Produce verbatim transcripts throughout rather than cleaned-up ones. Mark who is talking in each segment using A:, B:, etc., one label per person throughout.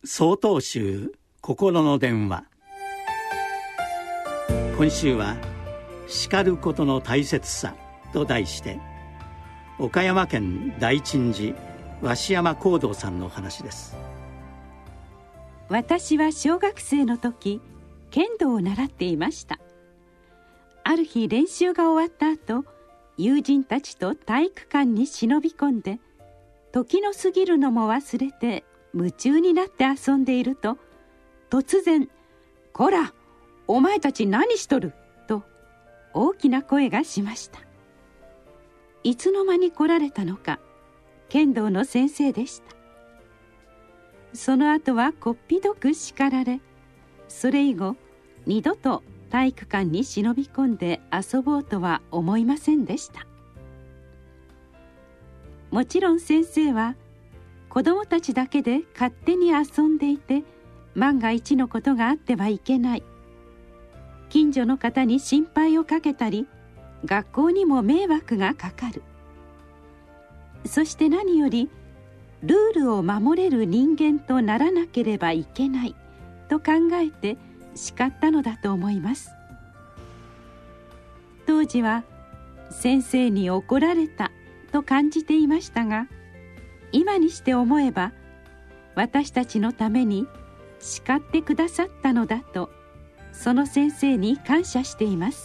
A: 曹洞宗心の電話。今週は叱ることの大切さと題して、岡山県大鎮寺鷲山光道さんのお話です。
B: 私は小学生の時、剣道を習っていました。ある日練習が終わった後、友人たちと体育館に忍び込んで、時の過ぎるのも忘れて夢中になって遊んでいると、突然「こら、お前たち何しとる」と大きな声がしました。いつの間に来られたのか、剣道の先生でした。その後はこっぴどく叱られ、それ以後二度と体育館に忍び込んで遊ぼうとは思いませんでした。もちろん先生は、子どもたちだけで勝手に遊んでいて万が一のことがあってはいけない、近所の方に心配をかけたり、学校にも迷惑がかかる、そして何よりルールを守れる人間とならなければいけないと考えて叱ったのだと思います。当時は先生に怒られたと感じていましたが、今にして思えば私たちのために叱ってくださったのだと、その先生に感謝しています。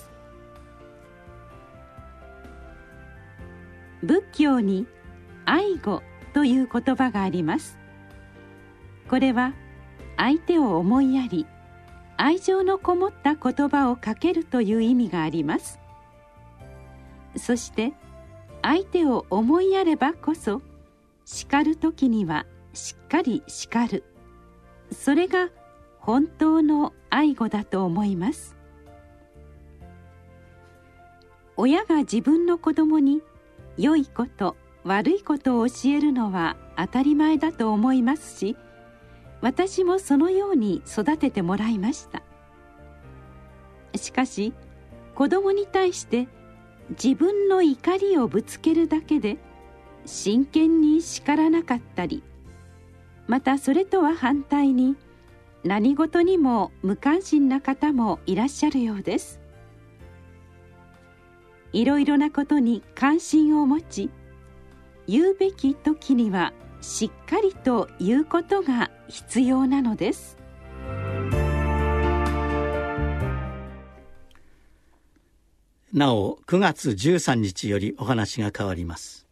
B: 仏教に愛語という言葉があります。これは相手を思いやり、愛情のこもった言葉をかけるという意味があります。そして相手を思いやればこそ、叱るときにはしっかり叱る、それが本当の愛語だと思います。親が自分の子供に良いこと悪いことを教えるのは当たり前だと思いますし、私もそのように育ててもらいました。しかし子供に対して自分の怒りをぶつけるだけで真剣に叱らなかったり、またそれとは反対に何事にも無関心な方もいらっしゃるようです。いろいろなことに関心を持ち、言うべき時にはしっかりと言うことが必要なのです。
A: なおくがつじゅうさんにちよりお話が変わります。